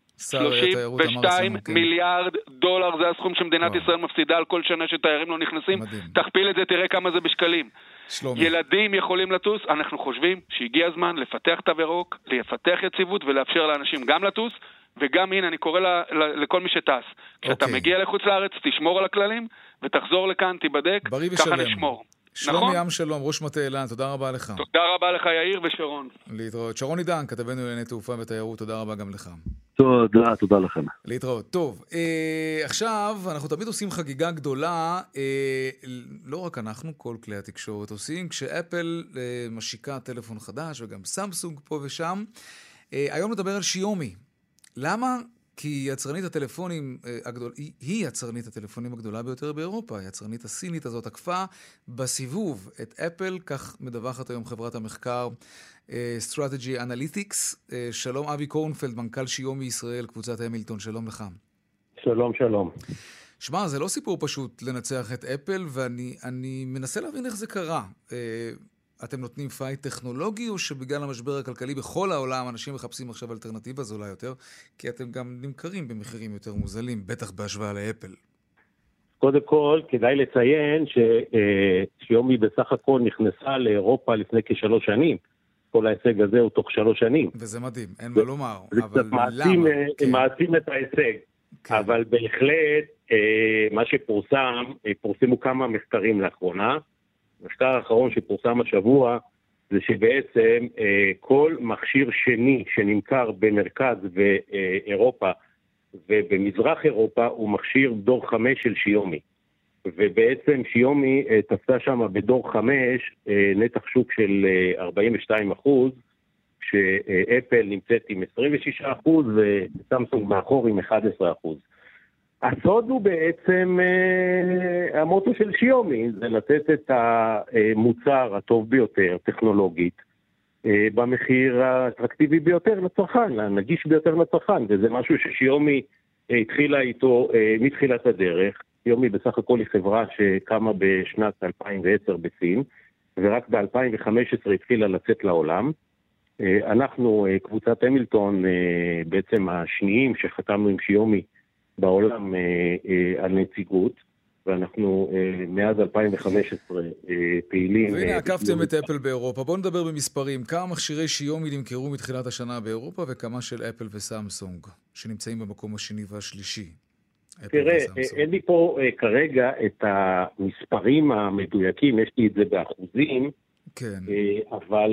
G: 32 מיליארד דולר, זה הסכום שמדינת ישראל מפסידה על כל שנה שתיירים לא נכנסים. תכפיל את זה, תראה כמה זה בשקלים. ילדים יכולים לטוס, אנחנו חושבים שהגיע הזמן לפתח תו ירוק, לפתח יציבות ולאפשר לאנשים גם לטוס, וגם הנה אני קורא לכל מי שטס. כשאתה מגיע לחוץ לארץ, תשמור על הכללים, ותחזור לכאן, תיבדק, ככה נשמור.
B: שלום ים שלום, ראש מטה אל על, תודה רבה לך.
G: תודה רבה לך יאיר ושרון.
B: להתראות. שרון עידן, כתבנו לענייני תעופה ותיירות, תודה רבה גם לך.
F: תודה לכם.
B: להתראות. טוב, עכשיו אנחנו תמיד עושים חגיגה גדולה, לא רק אנחנו, כל כלי התקשורת עושים, כשאפל משיקה טלפון חדש וגם סמסונג פה ושם. היום נדבר על שיומי. למה? כי יצרנית הטלפונים היא יצרנית הטלפונים הגדולה ביותר באירופה. היצרנית הסינית הזאת עקפה בסיבוב את אפל, כך מדווחת היום חברת המחקר Strategy Analytics. שלום אבי קורנפלד, מנכ"ל שיומי ישראל, קבוצת המילטון, שלום לך.
H: שלום.
B: שמע, זה לא סיפור פשוט לנצח את אפל, ואני מנסה להבין איך זה קרה. אתם נותנים פייט טכנולוגי, או שבגלל המשבר הכלכלי בכל העולם אנשים מחפשים עכשיו אלטרנטיבה זולה יותר, כי אתם גם נמכרים במחירים יותר מוזלים, בטח בהשוואה לאפל?
H: קודם כל, כדאי לציין שיומי בסך הכל נכנסה לאירופה לפני כ3 שנים. כל ההישג הזה הוא תוך 3 שנים.
B: וזה מדהים, אין מה לומר.
H: זה קצת מעצים את ההישג. אבל בהחלט, מה שפורסם, פורסמו כמה מחקרים לאחרונה. המחקר האחרון שפורסם השבוע, זה שבעצם כל מכשיר שני שנמכר במרכז ואירופה ובמזרח אירופה הוא מכשיר דור 5 של שיומי. ובעצם שיומי תפסה שם בדור 5 נתח שוק של 42%, שאפל נמצאת עם 26% וסמסונג מאחור עם 11%. הסוד הוא בעצם המוטו של שיומי, זה לתת את המוצר הטוב ביותר, טכנולוגית, במחיר האטרקטיבי ביותר לצרכן, הנגיש ביותר לצרכן, וזה משהו ששיומי התחילה איתו מתחילת הדרך. שיומי בסך הכל היא חברה שקמה בשנת 2010 בסין, ורק ב-2015 התחילה לצאת לעולם. אנחנו, קבוצת המילטון, בעצם השניים שחתמנו עם שיומי, בעולם על נציגות, ואנחנו מאז 2015 פעילים.
B: והנה, עקפתם את אפל באירופה. בואו נדבר במספרים. כמה מכשירי שיומי נמכרו מתחילת השנה באירופה, וכמה של אפל וסמסונג, שנמצאים במקום השני והשלישי?
H: תראה, אין לי פה כרגע את המספרים המדויקים, יש לי את זה באחוזים,
B: כן.
H: אבל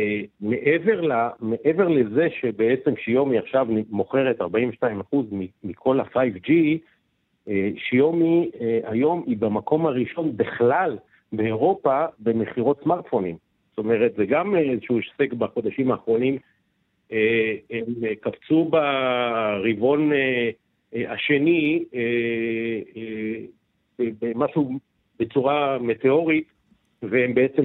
H: מעבר לזה שבעצם שיומי עכשיו מוכרת 42% מכל ה-5G, שיומי היום היא במקום הראשון בכלל באירופה במחירות סמארטפונים. זאת אומרת, זה גם איזשהו השג בחודשים האחרונים, הם קפצו ברבעון השני במשהו בצורה מטאורית, והם בעצם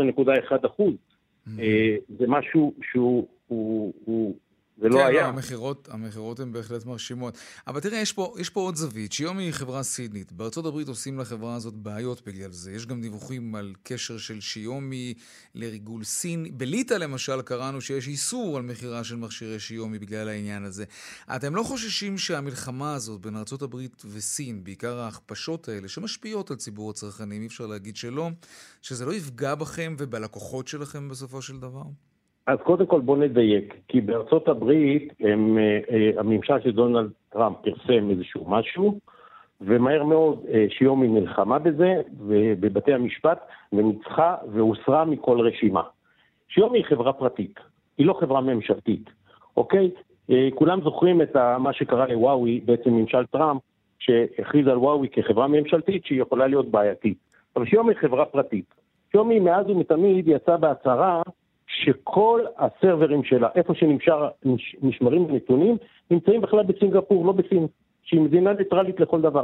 H: 17.1%. זה משהו שהוא זה לא היה.
B: המחירות הן בהחלט מרשימות. אבל תראה, יש פה עוד זווית. שיומי היא חברה סינית. בארצות הברית עושים לחברה הזאת בעיות בגלל זה. יש גם דיווחים על קשר של שיומי לריגול סין. בליטה למשל קראנו שיש איסור על מחירה של מכשירי שיומי בגלל העניין הזה. אתם לא חוששים שהמלחמה הזאת בין ארצות הברית וסין, בעיקר ההכפשות האלה, שמשפיעות על ציבור הצרכנים, אי אפשר להגיד שלא, שזה לא יפגע בכם ובלקוחות שלכם בסופו של דבר?
H: אז קודם כל בוא נדייק, כי בארצות הברית הממשל של דונלד טראמפ פרסם איזשהו משהו, ומהר מאוד שיומי נלחמה בזה, ובבתי המשפט, וניצחה והוסרה מכל רשימה. שיומי היא חברה פרטית, היא לא חברה ממשלתית, אוקיי? כולם זוכרים את מה שקרה לוואוי, בעצם ממשל טראמפ, שהכריז על וואוי כחברה ממשלתית, שהיא יכולה להיות בעייתית. אבל שיומי היא חברה פרטית. שיומי מאז ומתמיד יצא בהצהרה, שכל הסרברים שלה, איפה שנשמרים נתונים, נמצאים בכלל בסינגפור, לא בסין, שהיא מדינה ניטרלית לכל דבר.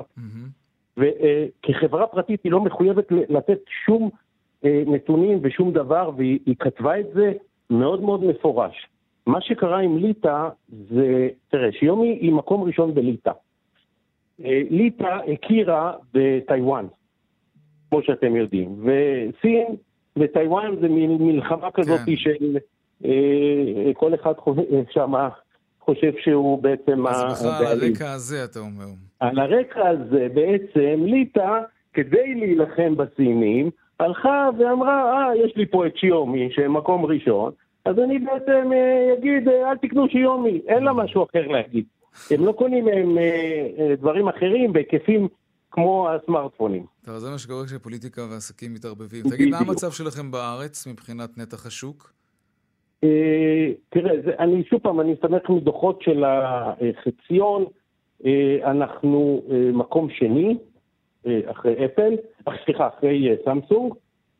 H: וכחברה פרטית היא לא מחויבת לתת שום נתונים ושום דבר, והיא כתבה את זה מאוד מאוד מפורש. מה שקרה עם ליטה, זה, תראה, שיומי היא מקום ראשון בליטה. ליטה הכירה בטיואן, כמו שאתם יודעים, וסין, בטיואן זה מלחמה כזאת של כל אחד שם חושב שהוא בעצם
B: אז בכלל על הרקע הזה אתה אומר.
H: על הרקע הזה בעצם ליטה, כדי להילחם בסינים, הלכה ואמרה, יש לי פה את שיומי שמקום ראשון, אז אני בעצם אגיד, אל תקנו שיומי, אין לה משהו אחר להגיד. הם לא קונים מהם דברים אחרים בהיקפים כמו הסמארטפונים.
B: טוב, זה מה שקורה כשפוליטיקה ועסקים מתערבבים. תגיד, מה המצב שלכם בארץ מבחינת נתח השוק?
H: תראה, אני שוב פעם, אני אסתמך מדוחות של החציון, אנחנו מקום שני, אחרי אפל, אחרי סמסונג,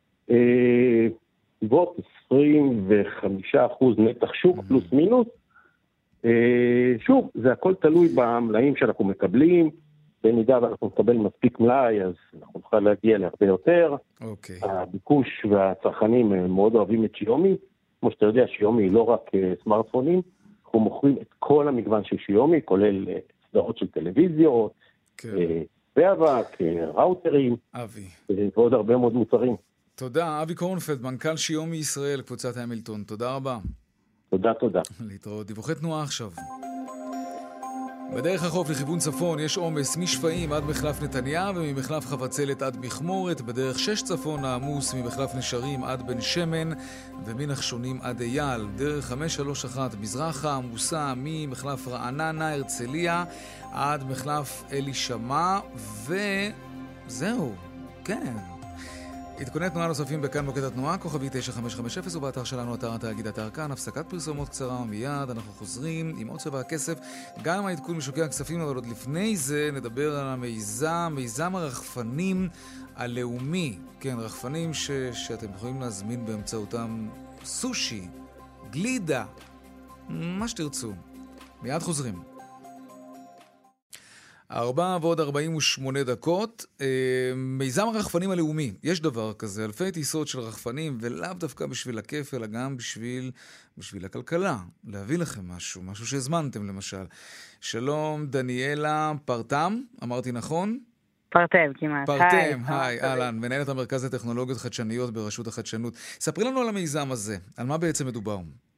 H: בו 25% נתח שוק פלוס מינוס. שוב, זה הכל תלוי במלאים שאנחנו מקבלים, במידה ואנחנו נקבל מספיק מלאי, אז אנחנו נוכל להגיע להרבה יותר. הביקוש והצרכנים מאוד אוהבים את שיומי. כמו שאתה יודע, שיומי היא לא רק סמארטפונים, אנחנו מוכרים את כל המגוון של שיומי, כולל סדרות של טלוויזיות, ואבק, ראוטרים, ועוד הרבה מאוד מוצרים.
B: תודה, אבי קורנפלד, מנכ"ל שיומי ישראל, קבוצת המילטון. תודה רבה.
H: תודה.
B: להתראות. דיווחי תנועה עכשיו. בדרך החוף לכיוון צפון יש עומס משפעים עד מחלף נתניה וממחלף חבצלת עד מכמורת. בדרך 6 צפון העמוס ממחלף נשרים עד בן שמן ומנחשונים עד אייל. דרך 531 מזרחה עמוסה ממחלף רעננה הרצליה עד מחלף אלישמע וזהו, כן. עדכוני תנועה נוספים בכאן מוקד התנועה, כוכבי 9550 ובאתר שלנו אתר התאגיד אתר כאן. הפסקת פרסומות קצרה מיד, אנחנו חוזרים עם עוד צבע הכסף, גם העדכון משוקי הכספים, אבל עוד לפני זה נדבר על מיזם הרחפנים הלאומי. כן, רחפנים שאתם יכולים להזמין באמצעותם סושי, גלידה, מה שתרצו. מיד חוזרים. 4:48. מיזם הרחפנים הלאומי, יש דבר כזה, אלפי טיסות של רחפנים, ולאו דווקא בשביל הכיף, אלא גם בשביל הכלכלה, להביא לכם משהו שהזמנתם למשל. שלום, דניאלה פרטם, אמרתי נכון?
I: פרטם, כמעט.
B: פרטם, היי, אהלן, מנהלת המרכז לטכנולוגיות חדשניות ברשות החדשנות. ספרי לנו על המיזם הזה, על מה בעצם מדובר?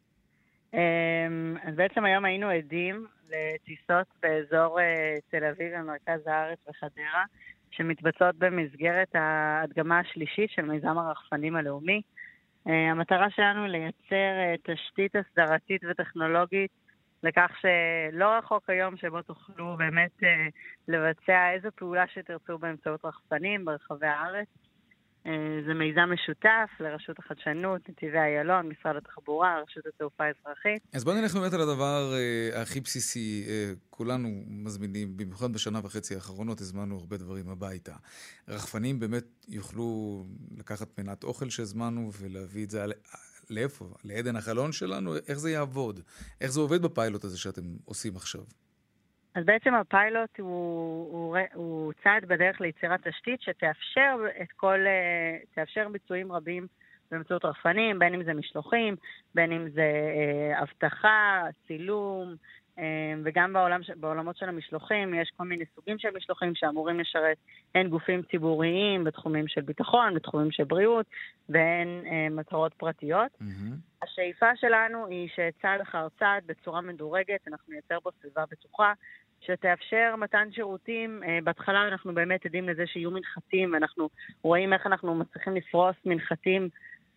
I: אז בעצם היום היינו עדים לטיסות באזור תל אביב ומרכז הארץ וחדרה, שמתבצעות במסגרת ההדגמה השלישית של מיזם הרחפנים הלאומי. המטרה שלנו לייצר תשתית הסדרתית וטכנולוגית לכך שלא רחוק היום שבו תוכלו באמת לבצע איזו פעולה שתרצו באמצעות רחפנים ברחבי הארץ. זה מיזם משותף לרשות החדשנות, נתיבי איילון, משרד התחבורה, רשות התעופה האזרחית.
B: אז בוא נלך באמת על הדבר הכי בסיסי. כולנו מזמינים, במיוחד בשנה וחצי האחרונות, הזמנו הרבה דברים הביתה. רחפנים באמת יוכלו לקחת מנת אוכל שהזמנו ולהביא את זה לאיפה? לעדן החלון שלנו? איך זה יעבוד? איך זה עובד בפיילוט הזה שאתם עושים עכשיו?
I: אז בעצם הפיילוט הוא צעד בדרך ליצירת תשתית שתאפשר תאפשר ביצועים רבים באמצעות רחפנים, בין אם זה משלוחים, בין אם זה אבטחה, צילום, וגם בעולמות של המשלוחים יש כל מיני סוגים של משלוחים שאמורים לשרת הן גופים ציבוריים בתחומים של ביטחון, בתחומים של בריאות, והן מטרות פרטיות. השאיפה שלנו היא שצעד אחר צעד בצורה מדורגת אנחנו נייצר בו סביבה בטוחה שתאפשר מתן שירותים. בהתחלה אנחנו באמת עדים לזה שיהיו מנחתים, ואנחנו רואים איך אנחנו מצליחים לפרוס מנחתים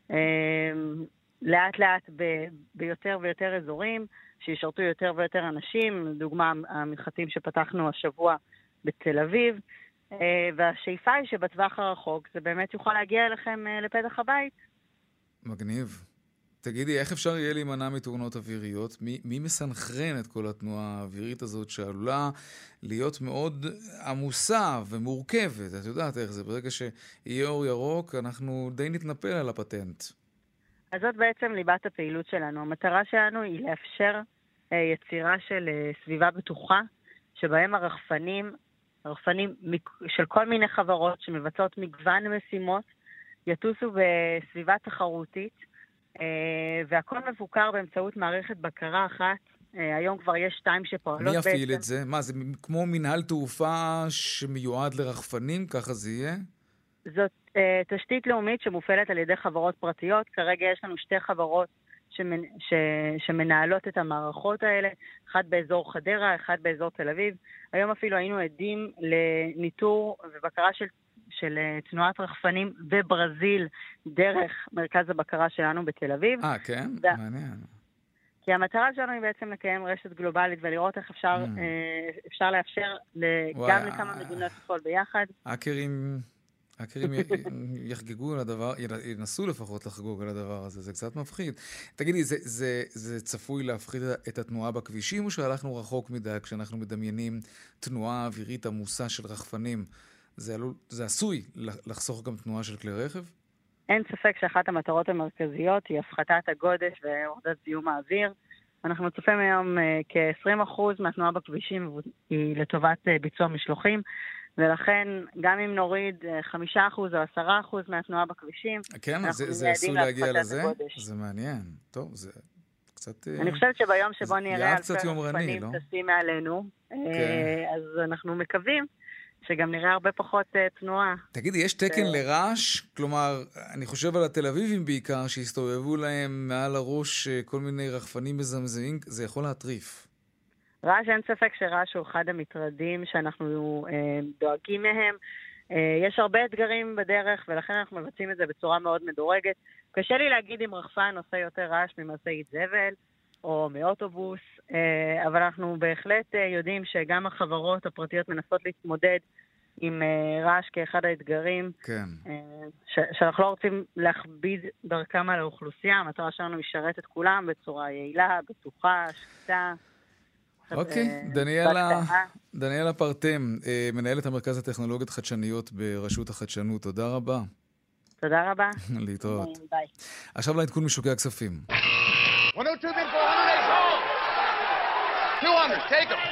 I: לאט לאט ביותר ויותר אזורים, שישרתו יותר ויותר אנשים, לדוגמה המנחתים שפתחנו השבוע בתל אביב, והשאיפה היא שבטווח הרחוק זה באמת יוכל להגיע אליכם לפתח הבית.
B: מגניב. תגידי, איך אפשר יהיה להימנע מתאונות אוויריות? מי מסנכרן את כל התנועה האווירית הזאת שעלולה להיות מאוד עמוסה ומורכבת? את יודעת איך זה, ברגע שיהיה אור ירוק אנחנו די נתנפל על הפטנט.
I: אז זאת בעצם ליבת הפעילות שלנו. המטרה שלנו היא לאפשר יצירה של סביבה בטוחה, שבהם הרחפנים של כל מיני חברות שמבצעות מגוון משימות, יטוסו בסביבה תחרותית, והכל מבוקר באמצעות מערכת בקרה אחת. היום כבר יש 2 שפועלות.
B: מי יפעיל את זה? מה, זה כמו מנהל תעופה שמיועד לרחפנים? ככה זה יהיה?
I: זאת תשתית לאומית שמופעלת על ידי חברות פרטיות. כרגע יש לנו 2 חברות שמנהלות את המערכות האלה, אחד באזור חדרה, אחד באזור תל אביב. היום אפילו היינו עדים לניטור ובקרה של תנועת רחפנים בברזיל דרך מרכז הבקרה שלנו בתל אביב.
B: כן? מעניין.
I: כי המטרה שלנו היא בעצם לקיים רשת גלובלית ולראות איך אפשר לאפשר גם לכמה מדינות לפעול ביחד.
B: האקרים יחגגו על הדבר, ינסו לפחות לחגוג על הדבר הזה, זה קצת מפחיד. תגידי, זה צפוי להפחיד את התנועה בכבישים, או שהלכנו רחוק מדי כשאנחנו מדמיינים תנועה אווירית עמוסה של רחפנים? זה עשוי לחסוך גם תנועה של כלי רכב?
I: אין ספק שאחת המטרות המרכזיות היא הפחתת הגודש והורדת זיהום האוויר. אנחנו צופים היום כ-20% מהתנועה בכבישים היא לטובת ביצוע משלוחים, ולכן גם אם נוריד 5% או 10% מהתנועה בכבישים,
B: כן, זה עשוי להגיע לזה? זה מעניין. טוב, זה קצת...
I: אני חושבת שביום שבו נראה אלפי רחפנים טסים מעלינו, אז אנחנו מקווים שגם נראה הרבה פחות תנועה.
B: תגידי, יש תקן לרעש? כלומר, אני חושב על התל אביבים בעיקר, שהסתובבו להם מעל הראש כל מיני רחפנים מזמזמים, זה יכול להטריף.
I: רעש, אין ספק שרעש הוא אחד המטרדים שאנחנו דואגים מהם. יש הרבה אתגרים בדרך, ולכן אנחנו מבצעים את זה בצורה מאוד מדורגת. קשה לי להגיד אם רחפן עושה יותר רעש ממשאית זבל, או מאוטובוס, אבל אנחנו בהחלט יודעים שגם החברות הפרטיות מנסות להתמודד עם רעש כאחד האתגרים,
B: כן.
I: שאנחנו לא רוצים להכביד דרכם על האוכלוסייה. המטרה שלנו משרת את כולם בצורה יעילה, בטוחה, שקטה.
B: אוקיי, דניאלה פרטם, מנהלת המרכז הטכנולוגיות חדשניות ברשות החדשנות, תודה רבה.
I: תודה רבה.
B: להתראות.
I: ביי.
B: עכשיו לעדכון משוקי הכספים.
J: 102 bid for 100. 200, take them.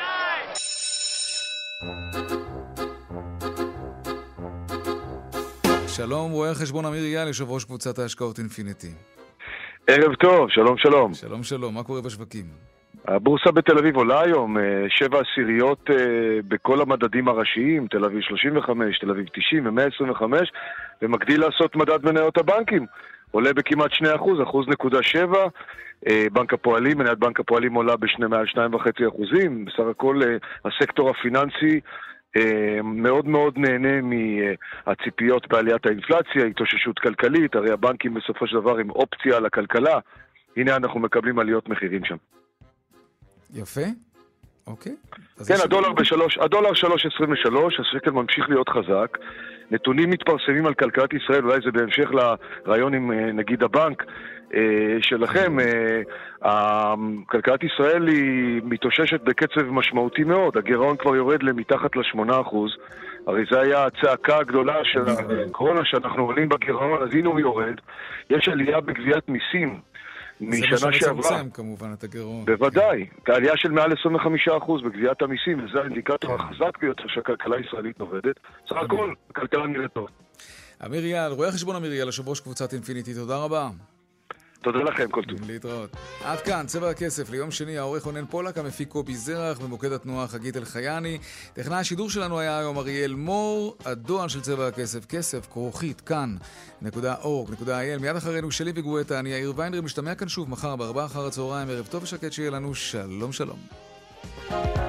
B: שלום, רואה חשבון אמיר יאל, יושב ראש קבוצת ההשקעות אינפיניטי.
K: ערב טוב, שלום שלום.
B: שלום שלום, מה קורה בשווקים?
K: הבורסה בתל אביב עולה היום 7 עשיריות בכל המדדים הראשיים, תל אביב 35, תל אביב 90 ו-125, ומגדיל לעשות מדד מניות הבנקים. עולה בכמעט 2%, 1.7%. בנק הפועלים, מניית בנק הפועלים עולה מעל 2.5%. בסך הכל הסקטור הפיננסי מאוד מאוד נהנה מהציפיות בעליית האינפלציה, התאוששות כלכלית, הרי הבנקים בסופו של דבר עם אופציה על הכלכלה, הנה אנחנו מקבלים עליות מחירים שם.
B: יפה. אוקיי.
K: כן, הדולר 3.23, השקל ממשיך להיות חזק. נתונים מתפרסמים על כלכלת ישראל, אולי זה בהמשך לרעיון עם נגיד הבנק שלכם. כלכלת ישראל היא מתאוששת בקצב משמעותי מאוד, הגירעון כבר יורד למתחת ל8%, הרי זה היה הצעקה הגדולה של הקורונה שאנחנו עולים בגירעון, אז הנה הוא יורד. יש עלייה בגביית מיסים משנה שעברה.
B: זה מה שמצמצם כמובן את הגירעון.
K: בוודאי, העלייה של מעל 25% בגביית המיסים, וזה האינדיקטור החזק ביותר שהכלכלה הישראלית עובדת. סך הכל, הכלכלה נראית טוב.
B: אמיר יעל, רואה חשבון אמיר יעל, יושב ראש קבוצת אינפיניטי, תודה רבה.
K: תודה לכם, כל טוב.
B: להתראות. עד כאן, צבע הכסף ליום שני, העורך רונן פולק, המפיק קובי זרח, במוקד התנועה חגית אלחייני. טכנאי השידור שלנו היה היום אריאל מור, הדואל של צבע הכסף, כסף, כרוכית, כאן.org.il. מיד אחרינו שלי וגואטה, אני יאיר ויינרי, משתמע כאן שוב מחר ב4 אחר הצהריים, ערב טוב ושקט שיהיה לנו, שלום שלום.